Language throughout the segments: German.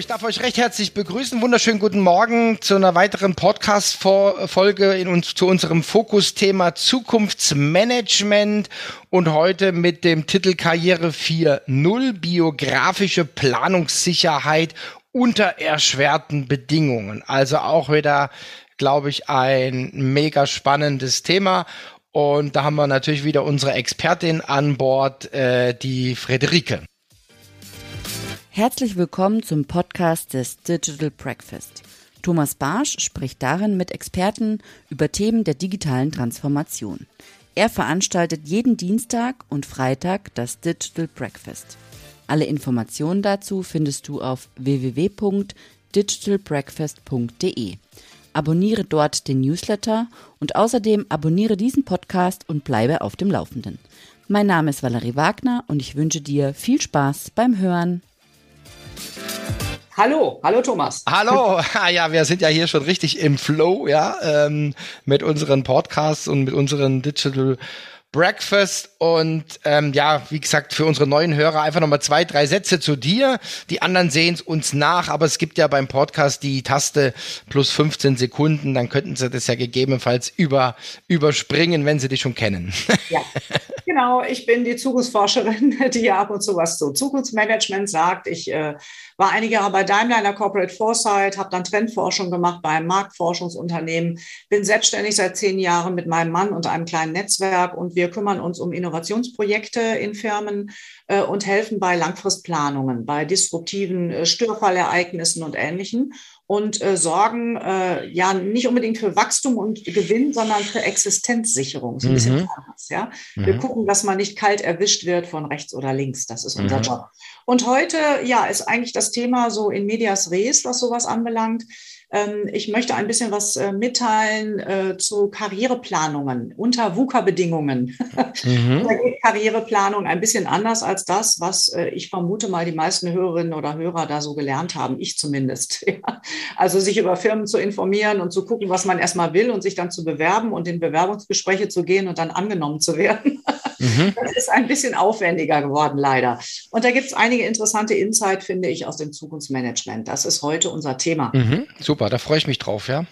darf euch recht herzlich begrüßen. Wunderschönen guten Morgen zu einer weiteren Podcast-Folge zu unserem Fokusthema Zukunftsmanagement und heute mit dem Titel Karriere 4.0, biografische Planungssicherheit unter erschwerten Bedingungen. Also auch wieder, glaube ich, ein mega spannendes Thema. Und da haben wir natürlich wieder unsere Expertin an Bord, die Friederike. Herzlich willkommen zum Podcast des Digital Breakfast. Thomas Barsch spricht darin mit Experten über Themen der digitalen Transformation. Er veranstaltet jeden Dienstag und Freitag das Digital Breakfast. Alle Informationen dazu findest du auf www.digitalbreakfast.de. Abonniere dort den Newsletter und außerdem abonniere diesen Podcast und bleibe auf dem Laufenden. Mein Name ist Valerie Wagner und ich wünsche dir viel Spaß beim Hören. Hallo Thomas. Hallo, ja, wir sind ja hier schon richtig im Flow, ja, mit unseren Podcasts und mit unseren Digital Breakfast und ja, wie gesagt, für unsere neuen Hörer einfach nochmal 2, 3 Sätze zu dir. Die anderen sehen es uns nach, aber es gibt ja beim Podcast die Taste plus 15 Sekunden, dann könnten sie das ja gegebenenfalls überspringen, wenn sie dich schon kennen. Ja, genau, ich bin die Zukunftsforscherin, die ja ab und zu was zu Zukunftsmanagement sagt. Ich war einige Jahre bei Daimler in der Corporate Foresight, habe dann Trendforschung gemacht bei einem Marktforschungsunternehmen, bin selbstständig seit 10 Jahren mit meinem Mann und einem kleinen Netzwerk und wir kümmern uns um Innovationsprojekte in Firmen und helfen bei Langfristplanungen, bei disruptiven Störfallereignissen und Ähnlichem und sorgen ja nicht unbedingt für Wachstum und Gewinn, sondern für Existenzsicherung. So ein bisschen anders, ja. Wir gucken, dass man nicht kalt erwischt wird von rechts oder links. Das ist unser Job. Und heute, ja, ist eigentlich das Thema so in medias res, was sowas anbelangt. Ich möchte ein bisschen was mitteilen zu Karriereplanungen unter VUCA-Bedingungen. Da geht Karriereplanung ein bisschen anders als das, was ich vermute mal die meisten Hörerinnen oder Hörer da so gelernt haben, ich zumindest. Ja. Also sich über Firmen zu informieren und zu gucken, was man erstmal will und sich dann zu bewerben und in Bewerbungsgespräche zu gehen und dann angenommen zu werden. Das ist ein bisschen aufwendiger geworden, leider. Und da gibt es einige interessante Insight, finde ich, aus dem Zukunftsmanagement. Das ist heute unser Thema. Super, da freue ich mich drauf, ja.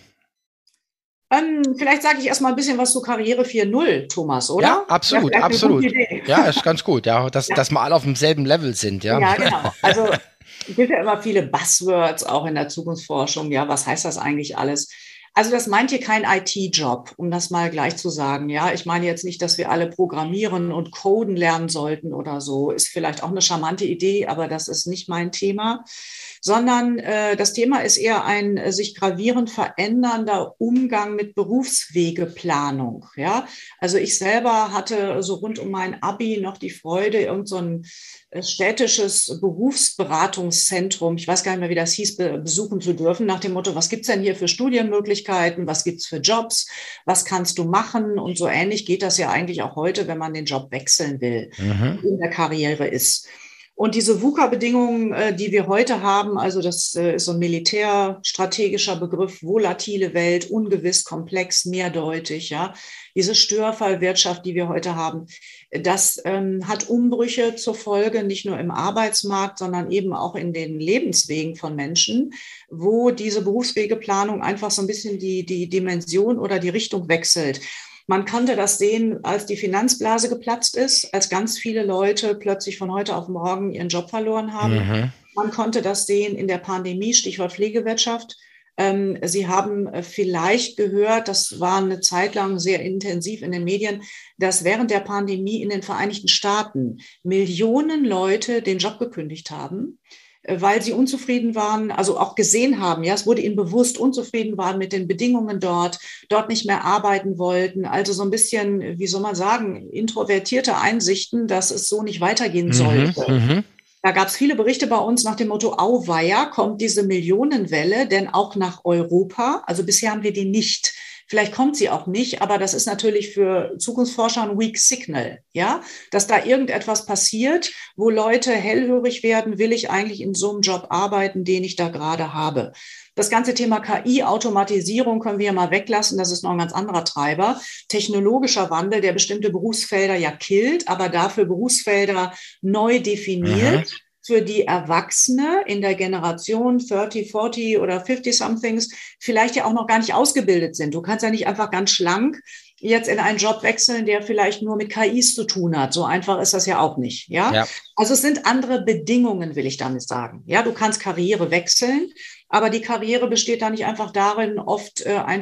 Vielleicht sage ich erstmal ein bisschen was zu Karriere 4.0, Thomas, oder? Ja, absolut, ja, absolut. Ja, ist ganz gut, ja, dass wir alle auf demselben Level sind, ja. Ja, genau. Also es gibt ja immer viele Buzzwords auch in der Zukunftsforschung. Ja, was heißt das eigentlich alles? Also das meint hier kein IT-Job, um das mal gleich zu sagen. Ja, ich meine jetzt nicht, dass wir alle programmieren und coden lernen sollten oder so. Ist vielleicht auch eine charmante Idee, aber das ist nicht mein Thema. Sondern das Thema ist eher ein sich gravierend verändernder Umgang mit Berufswegeplanung. Ja? Also ich selber hatte so rund um mein Abi noch die Freude, irgend so ein städtisches Berufsberatungszentrum, ich weiß gar nicht mehr, wie das hieß, besuchen zu dürfen, nach dem Motto, was gibt's denn hier für Studienmöglichkeiten, was gibt's für Jobs, was kannst du machen? Und so ähnlich geht das ja eigentlich auch heute, wenn man den Job wechseln will, in der Karriere ist. Und diese VUCA-Bedingungen, die wir heute haben, also das ist so ein militärstrategischer Begriff, volatile Welt, ungewiss, komplex, mehrdeutig, ja. Diese Störfallwirtschaft, die wir heute haben, das hat Umbrüche zur Folge, nicht nur im Arbeitsmarkt, sondern eben auch in den Lebenswegen von Menschen, wo diese Berufswegeplanung einfach so ein bisschen die Dimension oder die Richtung wechselt. Man konnte das sehen, als die Finanzblase geplatzt ist, als ganz viele Leute plötzlich von heute auf morgen ihren Job verloren haben. Man konnte das sehen in der Pandemie, Stichwort Pflegewirtschaft. Sie haben vielleicht gehört, das war eine Zeit lang sehr intensiv in den Medien, dass während der Pandemie in den Vereinigten Staaten Millionen Leute den Job gekündigt haben, weil sie unzufrieden waren, also auch gesehen haben, ja, es wurde ihnen bewusst, unzufrieden waren mit den Bedingungen dort nicht mehr arbeiten wollten, also so ein bisschen, wie soll man sagen, introvertierte Einsichten, dass es so nicht weitergehen sollte. Da gab es viele Berichte bei uns nach dem Motto, auweia, kommt diese Millionenwelle denn auch nach Europa? Also bisher haben wir die nicht. Vielleicht kommt sie auch nicht, aber das ist natürlich für Zukunftsforscher ein Weak Signal, ja, dass da irgendetwas passiert, wo Leute hellhörig werden, will ich eigentlich in so einem Job arbeiten, den ich da gerade habe. Das ganze Thema KI, Automatisierung können wir ja mal weglassen, das ist noch ein ganz anderer Treiber. Technologischer Wandel, der bestimmte Berufsfelder ja killt, aber dafür Berufsfelder neu definiert. für die Erwachsene in der Generation 30, 40 oder 50-somethings vielleicht ja auch noch gar nicht ausgebildet sind. Du kannst ja nicht einfach ganz schlank jetzt in einen Job wechseln, der vielleicht nur mit KIs zu tun hat. So einfach ist das ja auch nicht. Ja? Also es sind andere Bedingungen, will ich damit sagen. Ja, du kannst Karriere wechseln, aber die Karriere besteht da nicht einfach darin, oft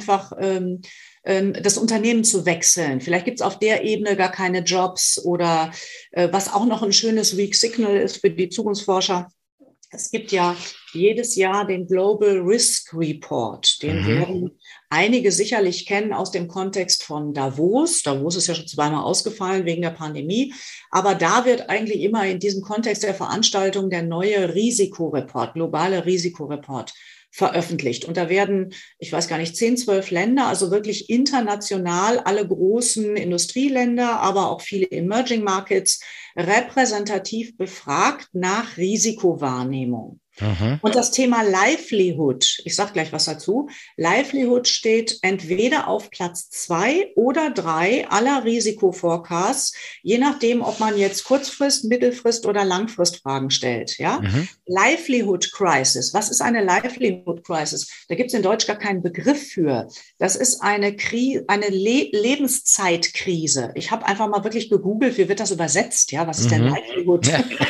das Unternehmen zu wechseln. Vielleicht gibt es auf der Ebene gar keine Jobs oder was auch noch ein schönes Weak Signal ist für die Zukunftsforscher. Es gibt ja jedes Jahr den Global Risk Report. Den werden einige sicherlich kennen aus dem Kontext von Davos. Davos ist ja schon zweimal ausgefallen wegen der Pandemie. Aber da wird eigentlich immer in diesem Kontext der Veranstaltung der neue Risikoreport, globale Risikoreport veröffentlicht. Und da werden, ich weiß gar nicht, 10, 12 Länder, also wirklich international alle großen Industrieländer, aber auch viele Emerging Markets repräsentativ befragt nach Risikowahrnehmung. Und das Thema Livelihood, ich sage gleich was dazu, Livelihood steht entweder auf Platz 2 oder 3 aller Risikoforecasts, je nachdem, ob man jetzt Kurzfrist-, Mittelfrist- oder Langfristfragen stellt. Ja? Livelihood Crisis, was ist eine Livelihood Crisis? Da gibt es in Deutsch gar keinen Begriff für. Das ist eine Lebenszeitkrise. Ich habe einfach mal wirklich gegoogelt, wie wird das übersetzt? Ja, was ist denn Livelihood?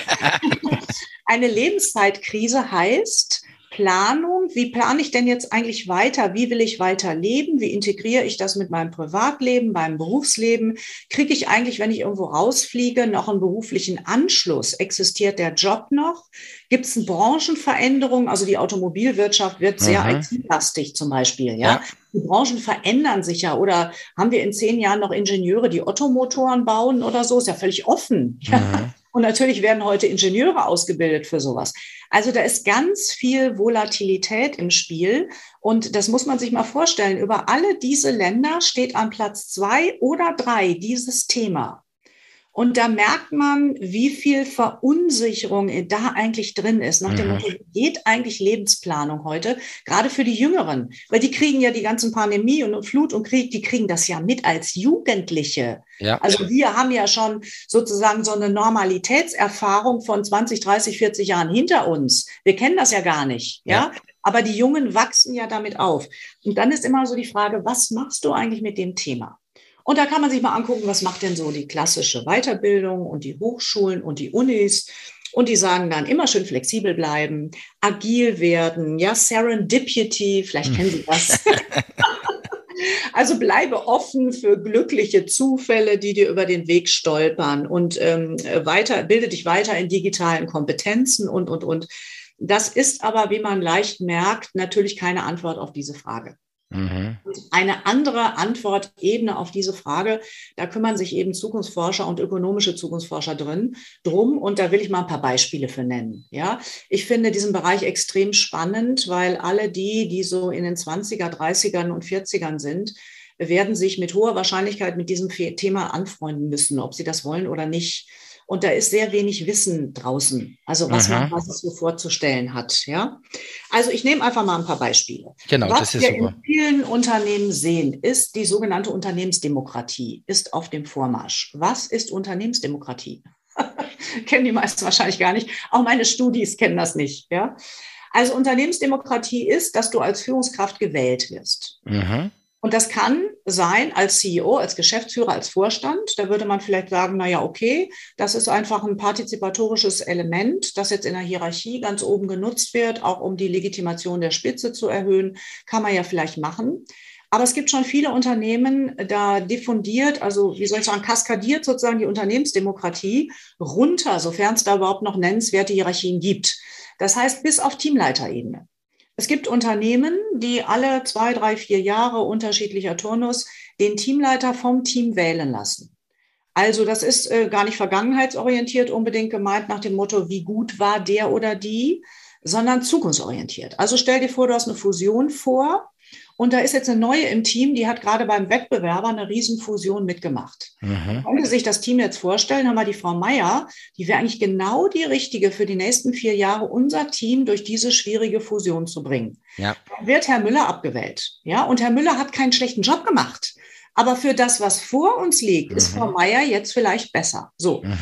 Eine Lebenszeitkrise heißt Planung. Wie plane ich denn jetzt eigentlich weiter? Wie will ich weiter leben? Wie integriere ich das mit meinem Privatleben, meinem Berufsleben? Kriege ich eigentlich, wenn ich irgendwo rausfliege, noch einen beruflichen Anschluss? Existiert der Job noch? Gibt es eine Branchenveränderung? Also die Automobilwirtschaft wird sehr IT-lastig zum Beispiel. Ja? Die Branchen verändern sich ja. Oder haben wir in 10 Jahren noch Ingenieure, die Ottomotoren bauen oder so? Ist ja völlig offen. Ja? Und natürlich werden heute Ingenieure ausgebildet für sowas. Also da ist ganz viel Volatilität im Spiel. Und das muss man sich mal vorstellen. Über alle diese Länder steht an Platz 2 oder 3 dieses Thema. Und da merkt man, wie viel Verunsicherung da eigentlich drin ist. Nach dem Motto, wie geht eigentlich Lebensplanung heute? Gerade für die Jüngeren. Weil die kriegen ja die ganzen Pandemie und Flut und Krieg, die kriegen das ja mit als Jugendliche. Ja. Also wir haben ja schon sozusagen so eine Normalitätserfahrung von 20, 30, 40 Jahren hinter uns. Wir kennen das ja gar nicht. Ja. Aber die Jungen wachsen ja damit auf. Und dann ist immer so die Frage, was machst du eigentlich mit dem Thema? Und da kann man sich mal angucken, was macht denn so die klassische Weiterbildung und die Hochschulen und die Unis. Und die sagen dann immer schön flexibel bleiben, agil werden, ja, Serendipity, vielleicht kennen Sie das. Also bleibe offen für glückliche Zufälle, die dir über den Weg stolpern und bilde dich weiter in digitalen Kompetenzen und. Das ist aber, wie man leicht merkt, natürlich keine Antwort auf diese Frage. Eine andere Antwortebene auf diese Frage, da kümmern sich eben Zukunftsforscher und ökonomische Zukunftsforscher drum. Und da will ich mal ein paar Beispiele für nennen. Ja, ich finde diesen Bereich extrem spannend, weil alle die so in den 20er, 30ern und 40ern sind, werden sich mit hoher Wahrscheinlichkeit mit diesem Thema anfreunden müssen, ob sie das wollen oder nicht. Und da ist sehr wenig Wissen draußen, also was es so vorzustellen hat. Ja? Also ich nehme einfach mal ein paar Beispiele. Genau, was das ist wir super. in vielen Unternehmen sehen, ist die sogenannte Unternehmensdemokratie, ist auf dem Vormarsch. Was ist Unternehmensdemokratie? Kennen die meisten wahrscheinlich gar nicht. Auch meine Studis kennen das nicht. Ja? Also Unternehmensdemokratie ist, dass du als Führungskraft gewählt wirst. Und das kann sein als CEO, als Geschäftsführer, als Vorstand. Da würde man vielleicht sagen, naja, okay, das ist einfach ein partizipatorisches Element, das jetzt in der Hierarchie ganz oben genutzt wird, auch um die Legitimation der Spitze zu erhöhen. Kann man ja vielleicht machen. Aber es gibt schon viele Unternehmen, da diffundiert, also wie soll ich sagen, kaskadiert sozusagen die Unternehmensdemokratie runter, sofern es da überhaupt noch nennenswerte Hierarchien gibt. Das heißt, bis auf Teamleiterebene. Es gibt Unternehmen, die alle 2, 3, 4 Jahre unterschiedlicher Turnus den Teamleiter vom Team wählen lassen. Also das ist gar nicht vergangenheitsorientiert unbedingt gemeint nach dem Motto, wie gut war der oder die, sondern zukunftsorientiert. Also stell dir vor, du hast eine Fusion vor und da ist jetzt eine neue im Team, die hat gerade beim Wettbewerber eine Riesenfusion mitgemacht. Könnte sich das Team jetzt vorstellen, haben wir die Frau Meier, die wäre eigentlich genau die Richtige für die nächsten 4 Jahre, unser Team durch diese schwierige Fusion zu bringen. Ja. Dann wird Herr Müller abgewählt. Ja? Und Herr Müller hat keinen schlechten Job gemacht. Aber für das, was vor uns liegt, ist Frau Meier jetzt vielleicht besser. So.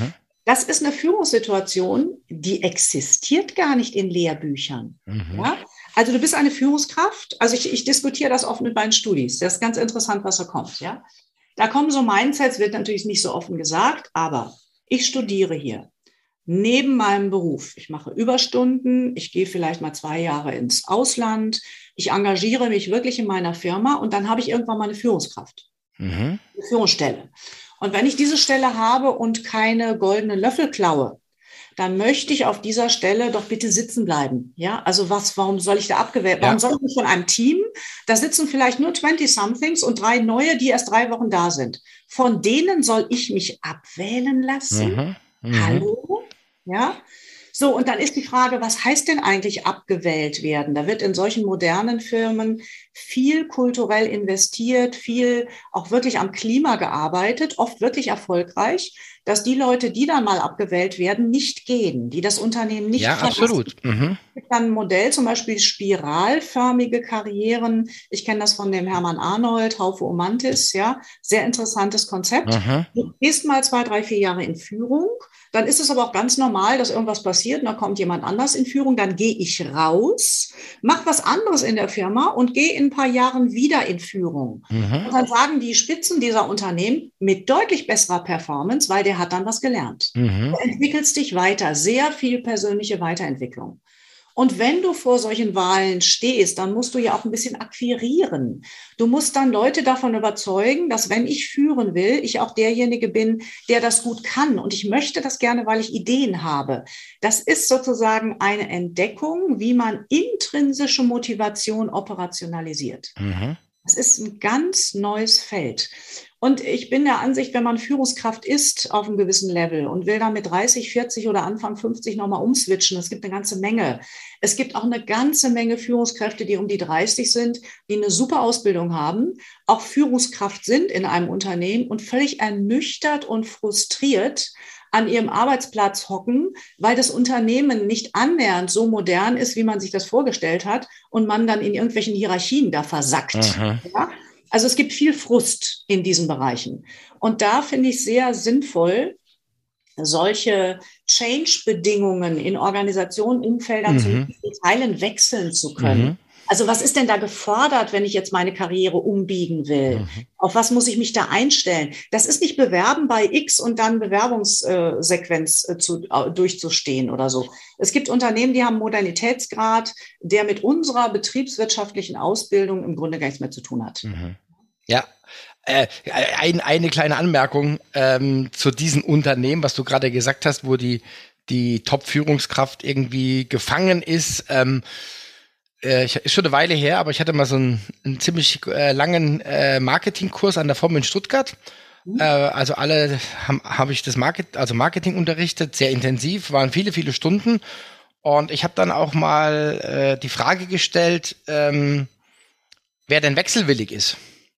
Das ist eine Führungssituation, die existiert gar nicht in Lehrbüchern. Ja? Also du bist eine Führungskraft. Also ich diskutiere das oft mit meinen Studis. Das ist ganz interessant, was da kommt. Ja? Da kommen so Mindsets, wird natürlich nicht so offen gesagt, aber ich studiere hier neben meinem Beruf. Ich mache Überstunden, ich gehe vielleicht mal 2 Jahre ins Ausland, ich engagiere mich wirklich in meiner Firma und dann habe ich irgendwann mal eine Führungskraft, eine Führungsstelle. Und wenn ich diese Stelle habe und keine goldenen Löffel klaue, dann möchte ich auf dieser Stelle doch bitte sitzen bleiben. Ja, also warum soll ich da abgewählt? Warum soll ich nicht von einem Team, da sitzen vielleicht nur 20-somethings und 3 neue, die erst 3 Wochen da sind. Von denen soll ich mich abwählen lassen? Hallo? Ja. So, und dann ist die Frage, was heißt denn eigentlich abgewählt werden? Da wird in solchen modernen Firmen viel kulturell investiert, viel auch wirklich am Klima gearbeitet, oft wirklich erfolgreich, dass die Leute, die dann mal abgewählt werden, nicht gehen, die das Unternehmen nicht verlassen. Absolut. Es gibt dann ein Modell, zum Beispiel spiralförmige Karrieren. Ich kenne das von dem Hermann Arnold, Haufe Omantis, ja, sehr interessantes Konzept. Du gehst mal 2, 3, 4 Jahre in Führung. Dann ist es aber auch ganz normal, dass irgendwas passiert und dann kommt jemand anders in Führung. Dann gehe ich raus, mache was anderes in der Firma und gehe in ein paar Jahren wieder in Führung. Und dann sagen die Spitzen dieser Unternehmen mit deutlich besserer Performance, weil der hat dann was gelernt. Du entwickelst dich weiter, sehr viel persönliche Weiterentwicklung. Und wenn du vor solchen Wahlen stehst, dann musst du ja auch ein bisschen akquirieren. Du musst dann Leute davon überzeugen, dass wenn ich führen will, ich auch derjenige bin, der das gut kann. Und ich möchte das gerne, weil ich Ideen habe. Das ist sozusagen eine Entdeckung, wie man intrinsische Motivation operationalisiert. Das ist ein ganz neues Feld. Und ich bin der Ansicht, wenn man Führungskraft ist auf einem gewissen Level und will dann mit 30, 40 oder Anfang 50 nochmal umswitchen, es gibt eine ganze Menge. Es gibt auch eine ganze Menge Führungskräfte, die um die 30 sind, die eine super Ausbildung haben, auch Führungskraft sind in einem Unternehmen und völlig ernüchtert und frustriert an ihrem Arbeitsplatz hocken, weil das Unternehmen nicht annähernd so modern ist, wie man sich das vorgestellt hat und man dann in irgendwelchen Hierarchien da versackt. Ja? Also es gibt viel Frust in diesen Bereichen. Und da finde ich sehr sinnvoll, solche Change-Bedingungen in Organisationen, Umfeldern zu Teilen wechseln zu können. Also was ist denn da gefordert, wenn ich jetzt meine Karriere umbiegen will? Auf was muss ich mich da einstellen? Das ist nicht Bewerben bei X und dann Bewerbungssequenz durchzustehen oder so. Es gibt Unternehmen, die haben einen Modernitätsgrad, der mit unserer betriebswirtschaftlichen Ausbildung im Grunde gar nichts mehr zu tun hat. Ja, eine kleine Anmerkung zu diesem Unternehmen, was du gerade gesagt hast, wo die Top-Führungskraft irgendwie gefangen ist. Ist schon eine Weile her, aber ich hatte mal so einen ziemlich langen Marketingkurs an der FOM in Stuttgart. Also alle habe ich das Marketing unterrichtet, sehr intensiv, waren viele, viele Stunden. Und ich habe dann auch mal die Frage gestellt, wer denn wechselwillig ist.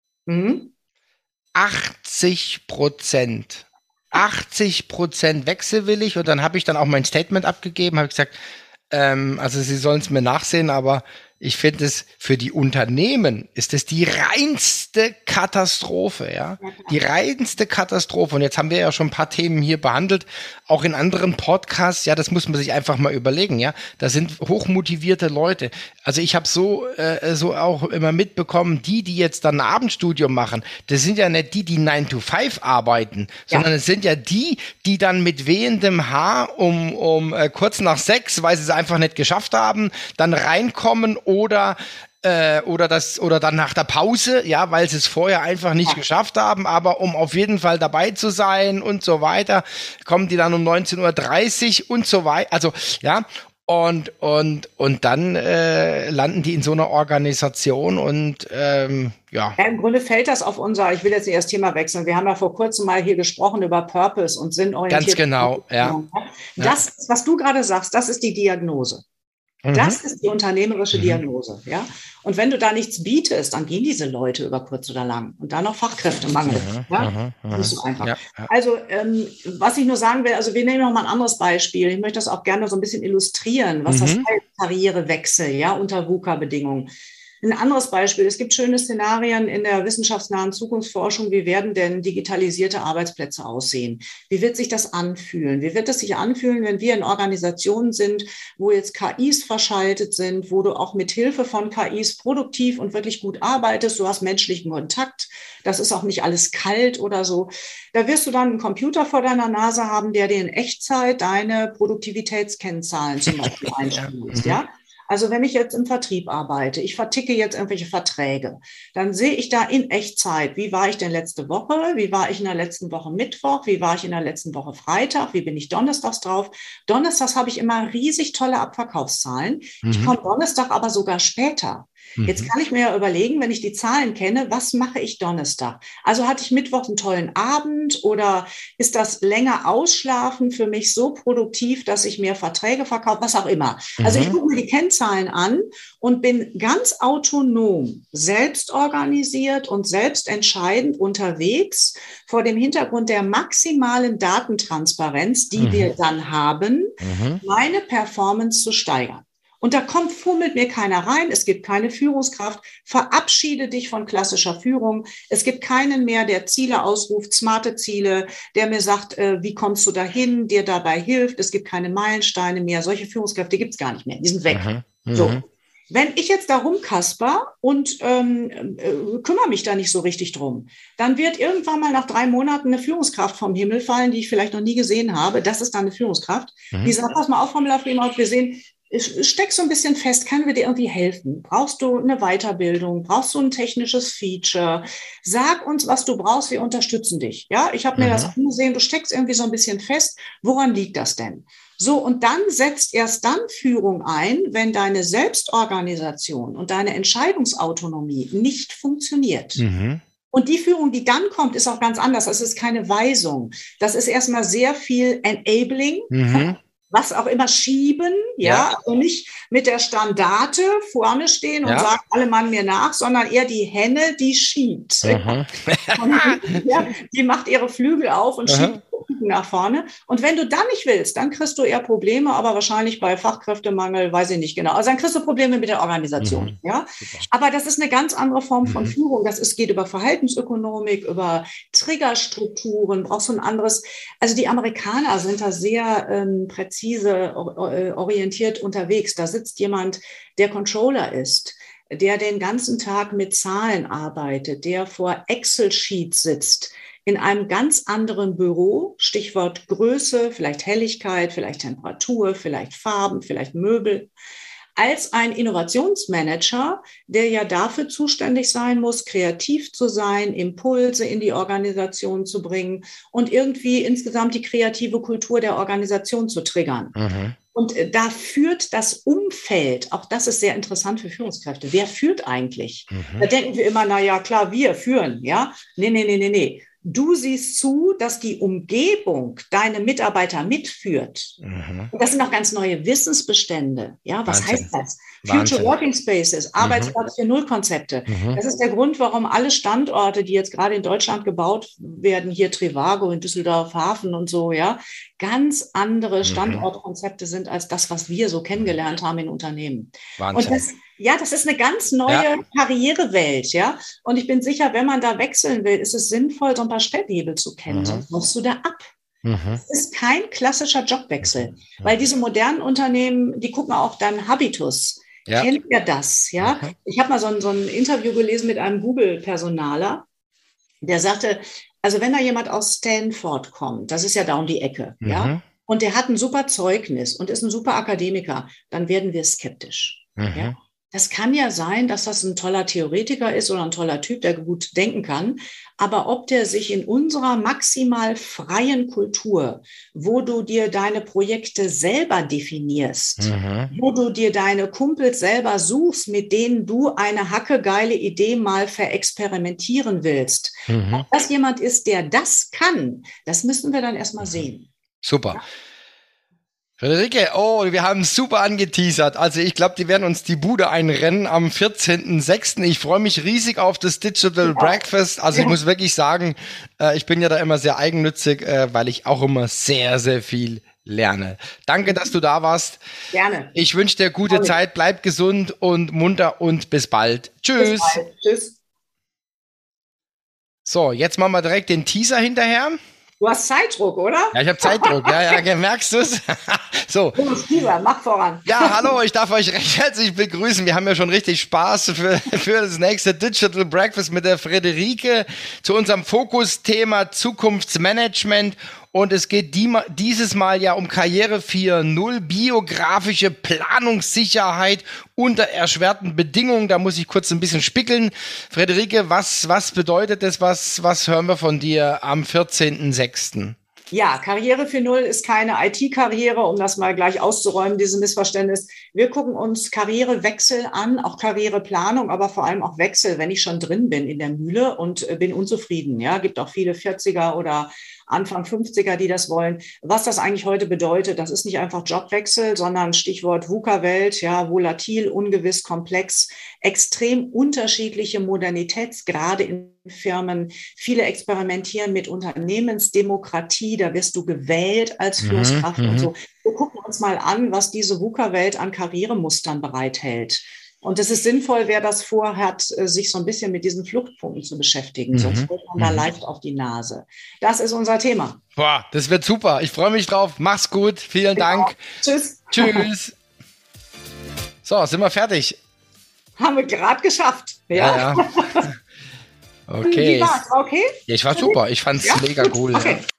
80%. 80% wechselwillig. Und dann habe ich dann auch mein Statement abgegeben, habe gesagt, also Sie sollen es mir nachsehen, aber ich finde es für die Unternehmen ist es die reinste Katastrophe, ja. Die reinste Katastrophe. Und jetzt haben wir ja schon ein paar Themen hier behandelt, auch in anderen Podcasts. Ja, das muss man sich einfach mal überlegen, ja. Da sind hochmotivierte Leute. Also ich habe so auch immer mitbekommen, die jetzt dann ein Abendstudium machen, das sind ja nicht die 9 to 5 arbeiten, sondern es sind ja die dann mit wehendem Haar um kurz nach 6, weil sie es einfach nicht geschafft haben, dann reinkommen oder dann nach der Pause, ja, weil sie es vorher einfach nicht geschafft haben, aber um auf jeden Fall dabei zu sein und so weiter, kommen die dann um 19:30 Uhr und so weiter, also, ja, und dann landen die in so einer Organisation und ja. Im Grunde fällt das auf ich will jetzt nicht das Thema wechseln, wir haben ja vor kurzem mal hier gesprochen über Purpose und sinnorientiert. Ganz genau, ja. Das, was du gerade sagst, das ist die Diagnose. Das ist die unternehmerische Diagnose, ja. Und wenn du da nichts bietest, dann gehen diese Leute über kurz oder lang. Und dann noch Fachkräftemangel. Nicht so einfach. Ja. Also, was ich nur sagen will, also wir nehmen noch mal ein anderes Beispiel. Ich möchte das auch gerne so ein bisschen illustrieren, was das heißt, Karrierewechsel, ja, unter VUCA-Bedingungen. Ein anderes Beispiel. Es gibt schöne Szenarien in der wissenschaftsnahen Zukunftsforschung. Wie werden denn digitalisierte Arbeitsplätze aussehen? Wie wird sich das anfühlen? Wie wird es sich anfühlen, wenn wir in Organisationen sind, wo jetzt KIs verschaltet sind, wo du auch mit Hilfe von KIs produktiv und wirklich gut arbeitest? Du hast menschlichen Kontakt. Das ist auch nicht alles kalt oder so. Da wirst du dann einen Computer vor deiner Nase haben, der dir in Echtzeit deine Produktivitätskennzahlen zum Beispiel einspielt. Ja? Also wenn ich jetzt im Vertrieb arbeite, ich verticke jetzt irgendwelche Verträge, dann sehe ich da in Echtzeit, wie war ich denn letzte Woche, wie war ich in der letzten Woche Mittwoch, wie war ich in der letzten Woche Freitag, wie bin ich donnerstags drauf. Donnerstags habe ich immer riesig tolle Abverkaufszahlen. Ich komme Donnerstag aber sogar später. Jetzt kann ich mir ja überlegen, wenn ich die Zahlen kenne, was mache ich Donnerstag? Also hatte ich Mittwoch einen tollen Abend oder ist das länger Ausschlafen für mich so produktiv, dass ich mehr Verträge verkaufe, was auch immer. Also ich gucke mir die Kennzahlen an und bin ganz autonom, selbst organisiert und selbst entscheidend unterwegs vor dem Hintergrund der maximalen Datentransparenz, die wir dann haben, meine Performance zu steigern. Und da fummelt mir keiner rein, es gibt keine Führungskraft, verabschiede dich von klassischer Führung. Es gibt keinen mehr, der Ziele ausruft, smarte Ziele, der mir sagt, wie kommst du dahin, dir dabei hilft. Es gibt keine Meilensteine mehr, solche Führungskräfte gibt es gar nicht mehr, die sind weg. So. Wenn ich jetzt da rumkasper und kümmere mich da nicht so richtig drum, dann wird irgendwann mal nach 3 Monaten eine Führungskraft vom Himmel fallen, die ich vielleicht noch nie gesehen habe. Das ist dann eine Führungskraft. Die sagt, pass mal auf, Frau Müller-Friedrich, wir sehen, steckst so ein bisschen fest, können wir dir irgendwie helfen? Brauchst du eine Weiterbildung? Brauchst du ein technisches Feature? Sag uns, was du brauchst, wir unterstützen dich. Ja, ich habe mir das angesehen, du steckst irgendwie so ein bisschen fest. Woran liegt das denn? So, und dann setzt erst dann Führung ein, wenn deine Selbstorganisation und deine Entscheidungsautonomie nicht funktioniert. Und die Führung, die dann kommt, ist auch ganz anders. Das ist keine Weisung. Das ist erstmal sehr viel Enabling. Was auch immer schieben, ja, und nicht mit der Standarte vorne stehen und sagen, alle Mann mir nach, sondern eher die Henne, die schiebt. Die macht ihre Flügel auf und schiebt nach vorne. Und wenn du dann nicht willst, dann kriegst du eher Probleme, aber wahrscheinlich bei Fachkräftemangel, weiß ich nicht genau. Also dann kriegst du Probleme mit der Organisation. Ja? Aber das ist eine ganz andere Form von Führung. Geht über Verhaltensökonomik, über Triggerstrukturen, brauchst du ein anderes. Also die Amerikaner sind da sehr präzise orientiert unterwegs. Da sitzt jemand, der Controller ist, der den ganzen Tag mit Zahlen arbeitet, der vor Excel-Sheets sitzt, in einem ganz anderen Büro, Stichwort Größe, vielleicht Helligkeit, vielleicht Temperatur, vielleicht Farben, vielleicht Möbel, als ein Innovationsmanager, der ja dafür zuständig sein muss, kreativ zu sein, Impulse in die Organisation zu bringen und irgendwie insgesamt die kreative Kultur der Organisation zu triggern. Und da führt das Umfeld, auch das ist sehr interessant für Führungskräfte. Wer führt eigentlich? Da denken wir immer, na ja, klar, wir führen, ja? Nee. Du siehst zu, dass die Umgebung deine Mitarbeiter mitführt. Und das sind auch ganz neue Wissensbestände. Ja, was heißt das? Future Working Spaces, Arbeitsplatz 4.0 Konzepte. Das ist der Grund, warum alle Standorte, die jetzt gerade in Deutschland gebaut werden, hier Trivago in Düsseldorf Hafen und so, ja, ganz andere Standortkonzepte sind als das, was wir so kennengelernt haben in Unternehmen. Wahnsinn. Und das ist eine ganz neue Karrierewelt, ja. Und ich bin sicher, wenn man da wechseln will, ist es sinnvoll, so ein paar Stellhebel zu kennen. Sonst musst du da ab. Es ist kein klassischer Jobwechsel, weil diese modernen Unternehmen, die gucken auch deinen Habitus. Kennt ihr das? Ja, ich habe mal so ein Interview gelesen mit einem Google-Personaler, der sagte, also wenn da jemand aus Stanford kommt, das ist ja da um die Ecke, ja, und der hat ein super Zeugnis und ist ein super Akademiker, dann werden wir skeptisch. Ja? Das kann ja sein, dass das ein toller Theoretiker ist oder ein toller Typ, der gut denken kann. Aber ob der sich in unserer maximal freien Kultur, wo du dir deine Projekte selber definierst, wo du dir deine Kumpels selber suchst, mit denen du eine hackegeile Idee mal verexperimentieren willst, ob das jemand ist, der das kann, das müssen wir dann erstmal sehen. Super. Friederike, wir haben super angeteasert. Also ich glaube, die werden uns die Bude einrennen am 14.06. Ich freue mich riesig auf das Digital Breakfast. Also ich muss wirklich sagen, ich bin ja da immer sehr eigennützig, weil ich auch immer sehr, sehr viel lerne. Danke, dass du da warst. Gerne. Ich wünsche dir gute Zeit, bleib gesund und munter und bis bald. Tschüss. Bis bald. Tschüss. So, jetzt machen wir direkt den Teaser hinterher. Du hast Zeitdruck, oder? Ja, ich habe Zeitdruck. Ja, merkst du es? So. Teaser, mach voran. Ja, hallo, ich darf euch recht herzlich begrüßen. Wir haben ja schon richtig Spaß für das nächste Digital Breakfast mit der Friederike zu unserem Fokusthema Zukunftsmanagement. Und es geht dieses Mal ja um Karriere 4.0, biografische Planungssicherheit unter erschwerten Bedingungen. Da muss ich kurz ein bisschen spickeln. Friederike, was bedeutet das? Was hören wir von dir am 14.06.? Ja, Karriere 4.0 ist keine IT-Karriere, um das mal gleich auszuräumen, dieses Missverständnis. Wir gucken uns Karrierewechsel an, auch Karriereplanung, aber vor allem auch Wechsel, wenn ich schon drin bin in der Mühle und bin unzufrieden. Ja, gibt auch viele 40er oder Anfang 50er, die das wollen. Was das eigentlich heute bedeutet, das ist nicht einfach Jobwechsel, sondern Stichwort VUCA-Welt, ja, volatil, ungewiss, komplex, extrem unterschiedliche Modernitätsgrade in Firmen. Viele experimentieren mit Unternehmensdemokratie, da wirst du gewählt als Führungskraft und so. Wir gucken uns mal an, was diese VUCA-Welt an Karrieremustern bereithält. Und es ist sinnvoll, wer das vorhat, sich so ein bisschen mit diesen Fluchtpunkten zu beschäftigen. Sonst fällt man da leicht auf die Nase. Das ist unser Thema. Boah, das wird super. Ich freue mich drauf. Mach's gut. Vielen Dank. Tschüss. Tschüss. So, sind wir fertig? Haben wir gerade geschafft. Ja. Okay. Wie war's? Okay? Ja, ich war super. Ich fand's mega cool. Okay. Ja.